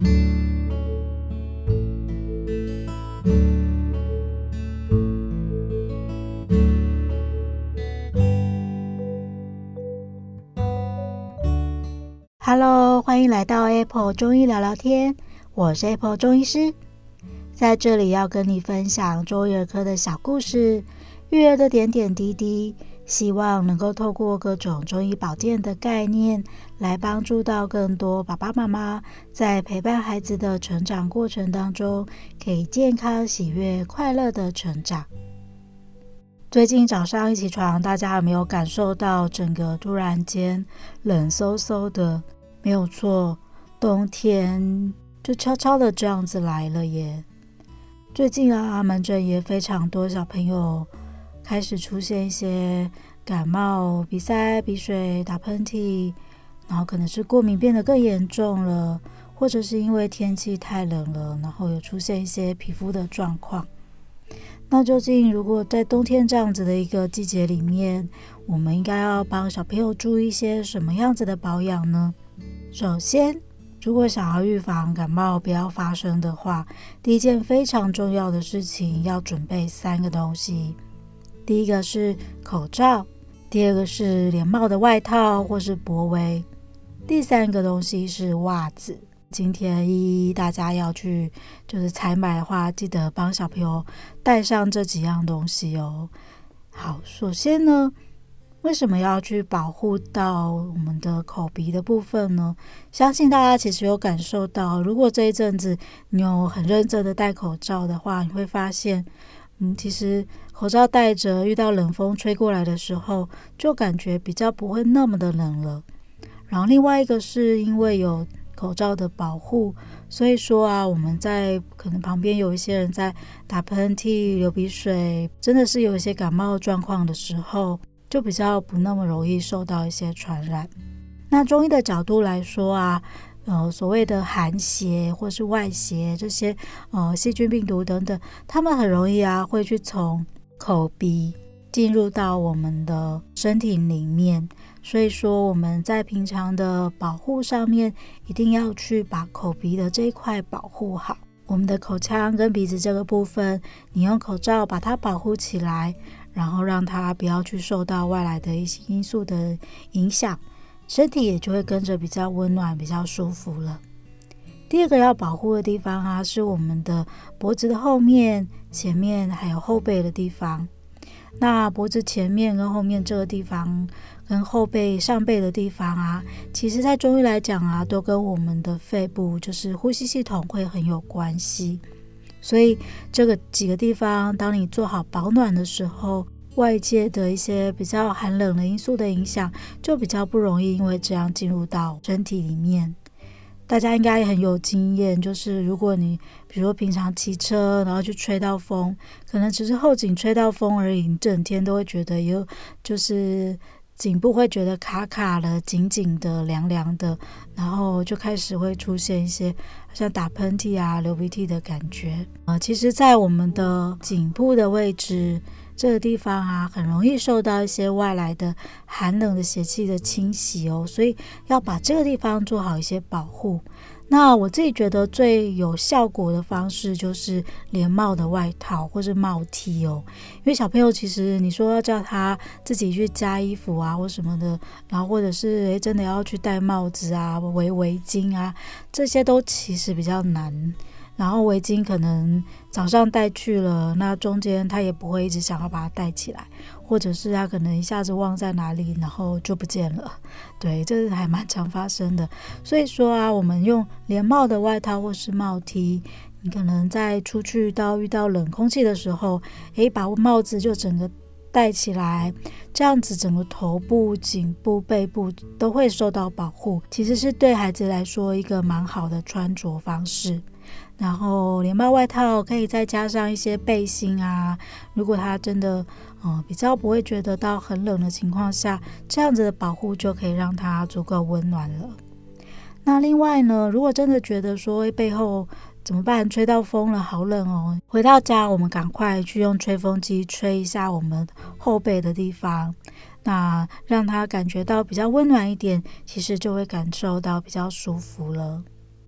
Hello， 欢迎来到 Apple 中医聊聊天，我是 Apple 中医师，在这里要跟你分享中医儿科的小故事，育儿的点点滴滴，希望能够透过各种中医保健的概念，来帮助到更多爸爸妈妈在陪伴孩子的成长过程当中，可以健康、喜悦、快乐的成长。最近早上一起床，大家有没有感受到整个突然间冷飕飕的？没有错，冬天就悄悄的这样子来了耶。最近门诊也非常多小朋友开始出现一些感冒、鼻塞、鼻水、打喷嚏，然后可能是过敏变得更严重了，或者是因为天气太冷了，然后有出现一些皮肤的状况。那究竟如果在冬天这样子的一个季节里面，我们应该要帮小朋友注意一些什么样子的保养呢？首先，如果想要预防感冒不要发生的话，第一件非常重要的事情要准备3个东西。第一个是口罩，第二个是连帽的外套或是脖围，第3个东西是袜子。今天大家要去采买的话，记得帮小朋友带上这几样东西哦。好，首先呢，为什么要去保护到我们的口鼻的部分呢？相信大家其实有感受到，如果这一阵子你有很认真的戴口罩的话，你会发现其实口罩戴着遇到冷风吹过来的时候，就感觉比较不会那么的冷了。然后另外一个是因为有口罩的保护，所以说我们在可能旁边有一些人在打喷嚏、流鼻水，真的是有一些感冒状况的时候，就比较不那么容易受到一些传染。那中医的角度来说所谓的寒邪或是外邪，这些细菌、病毒等等，它们很容易会去从口鼻进入到我们的身体里面，所以说我们在平常的保护上面，一定要去把口鼻的这一块保护好。我们的口腔跟鼻子这个部分，你用口罩把它保护起来，然后让它不要去受到外来的一些因素的影响，身体也就会跟着比较温暖、比较舒服了。第二个要保护的地方是我们的脖子的后面、前面还有后背的地方。那脖子前面跟后面这个地方，跟后背上背的地方其实在中医来讲都跟我们的肺部就是呼吸系统会很有关系。所以这个几个地方，当你做好保暖的时候，外界的一些比较寒冷的因素的影响，就比较不容易因为这样进入到身体里面。大家应该很有经验，就是如果你比如说平常骑车，然后去吹到风，可能只是后颈吹到风而已，你整天都会觉得就是颈部会觉得卡卡的、紧紧的、凉凉的，然后就开始会出现一些像打喷嚏流鼻涕的感觉。其实在我们的颈部的位置这个地方很容易受到一些外来的寒冷的邪气的侵袭所以要把这个地方做好一些保护。那我自己觉得最有效果的方式就是连帽的外套或是帽 T 因为小朋友其实你说要叫他自己去加衣服或什么的，然后或者是真的要去戴帽子围巾这些都其实比较难。然后围巾可能早上戴去了，那中间他也不会一直想要把它戴起来，或者是他可能一下子忘在哪里，然后就不见了。对，这还蛮常发生的。所以说我们用连帽的外套或是帽 T， 你可能在出去遇到冷空气的时候，把帽子就整个戴起来，这样子整个头部、颈部、背部都会受到保护，其实是对孩子来说一个蛮好的穿着方式。然后连帽外套可以再加上一些背心如果他真的比较不会觉得到很冷的情况下，这样子的保护就可以让他足够温暖了。那另外呢，如果真的觉得说背后怎么办，吹到风了，好冷回到家我们赶快去用吹风机吹一下我们后背的地方，那让他感觉到比较温暖一点，其实就会感受到比较舒服了。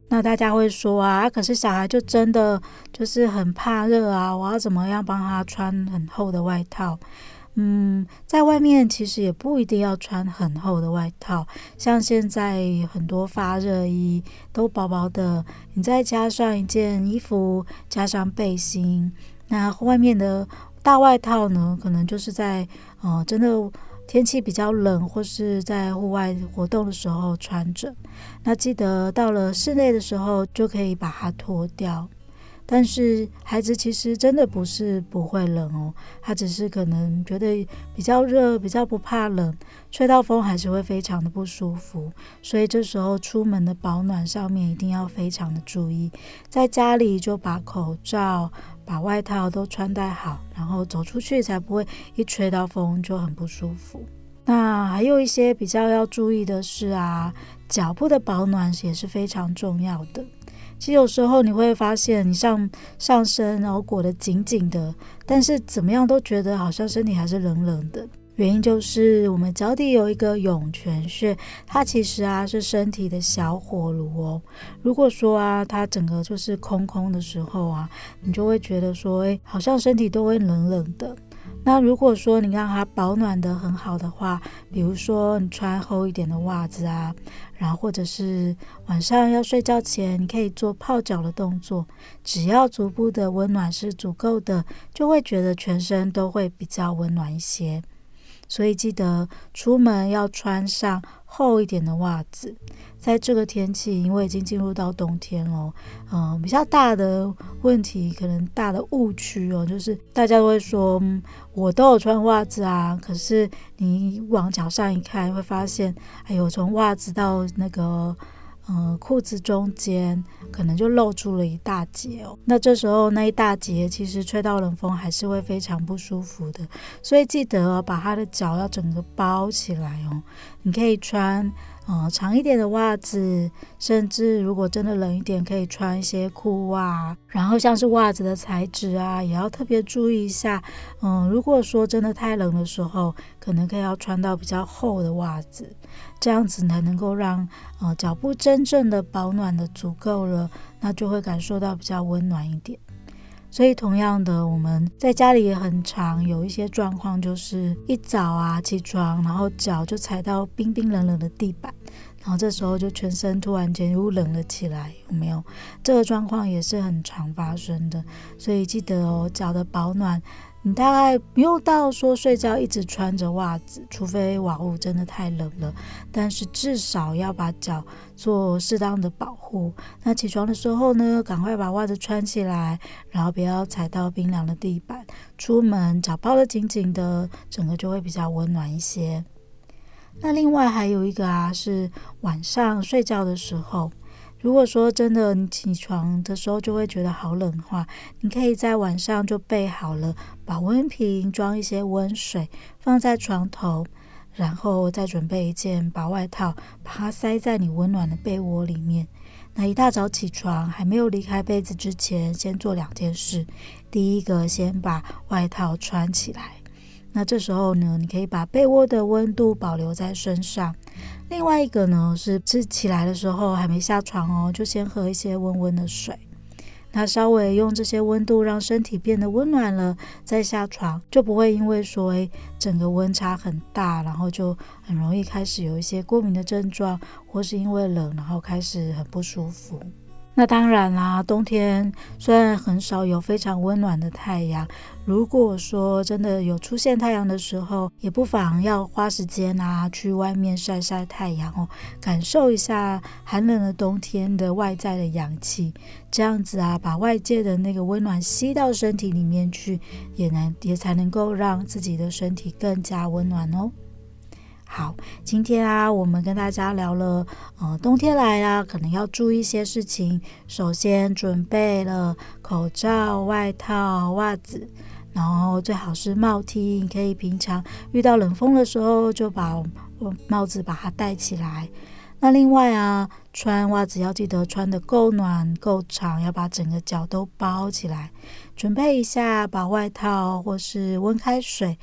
那大家会说啊，可是小孩就真的就是很怕热啊，我要怎么样帮他穿很厚的外套？在外面其实也不一定要穿很厚的外套，像现在很多发热衣都薄薄的，你再加上一件衣服，加上背心，那外面的大外套呢，可能就是在真的天气比较冷，或是在户外活动的时候穿着。那记得到了室内的时候就可以把它脱掉。但是孩子其实真的不是不会冷哦，他只是可能觉得比较热，比较不怕冷，吹到风还是会非常的不舒服。所以这时候出门的保暖上面一定要非常的注意，在家里就把口罩、把外套都穿戴好，然后走出去才不会一吹到风就很不舒服。那还有一些比较要注意的是啊，脚部的保暖也是非常重要的。其实有时候你会发现你上身然后裹得紧紧的，但是怎么样都觉得好像身体还是冷冷的。原因就是我们脚底有一个涌泉穴，它其实是身体的小火炉哦。如果说它整个就是空空的时候你就会觉得说好像身体都会冷冷的。那如果说你让它保暖得很好的话，比如说你穿厚一点的袜子然后或者是晚上要睡觉前你可以做泡脚的动作，只要足部的温暖是足够的，就会觉得全身都会比较温暖一些。所以记得出门要穿上厚一点的袜子。在这个天气，因为已经进入到冬天了，比较大的问题，可能大的误区就是大家都会说，我都有穿袜子可是你往脚上一看，会发现，从袜子到那个裤子中间可能就露出了一大截那这时候那一大截其实吹到冷风还是会非常不舒服的，所以记得把他的脚要整个包起来你可以穿长一点的袜子，甚至如果真的冷一点可以穿一些裤袜，然后像是袜子的材质也要特别注意一下。如果说真的太冷的时候，可能可以要穿到比较厚的袜子，这样子才能够让脚部真正的保暖的足够了，那就会感受到比较温暖一点。所以同样的，我们在家里也很常有一些状况，就是一早起床，然后脚就踩到冰冰冷冷的地板，然后这时候就全身突然间又冷了起来，有没有？这个状况也是很常发生的。所以记得脚的保暖，你大概不用到说睡觉一直穿着袜子，除非瓦屋真的太冷了，但是至少要把脚做适当的保护。那起床的时候呢，赶快把袜子穿起来，然后不要踩到冰凉的地板，出门脚包得紧紧的，整个就会比较温暖一些。那另外还有一个是晚上睡觉的时候，如果说真的你起床的时候就会觉得好冷的话，你可以在晚上就备好了保温瓶，装一些温水放在床头，然后再准备一件薄外套，把它塞在你温暖的被窝里面。那一大早起床还没有离开被子之前，先做2件事。第一个，先把外套穿起来，那这时候呢，你可以把被窝的温度保留在身上。另外一个呢，是起来的时候还没下床就先喝一些温温的水。那稍微用这些温度让身体变得温暖了，再下床，就不会因为说整个温差很大，然后就很容易开始有一些过敏的症状，或是因为冷然后开始很不舒服。那当然啦，冬天虽然很少有非常温暖的太阳，如果说真的有出现太阳的时候，也不妨要花时间去外面晒晒太阳感受一下寒冷的冬天的外在的阳气，这样子把外界的那个温暖吸到身体里面去，也才能够让自己的身体更加温暖好，今天我们跟大家聊了冬天来可能要注意一些事情。首先准备了口罩、外套、袜子，然后最好是帽 T， 你可以平常遇到冷风的时候就把帽子把它戴起来。那另外穿袜子要记得穿得够暖够长，要把整个脚都包起来。准备一下把外套或是温开水，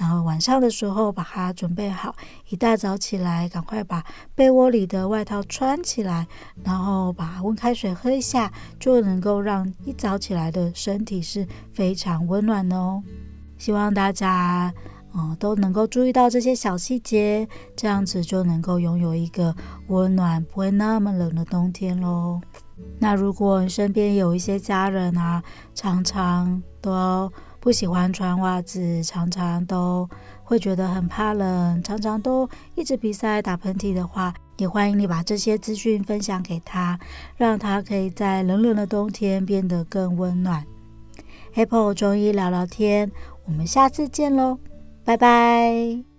然后晚上的时候把它准备好，一大早起来赶快把被窝里的外套穿起来，然后把温开水喝一下，就能够让一早起来的身体是非常温暖的哦。希望大家都能够注意到这些小细节，这样子就能够拥有一个温暖不会那么冷的冬天咯。那如果你身边有一些家人啊，常常都不喜欢穿袜子，常常都会觉得很怕冷，常常都一直鼻塞打喷嚏的话，也欢迎你把这些资讯分享给他，让他可以在冷冷的冬天变得更温暖。Apple 中医聊聊天，我们下次见咯，拜拜。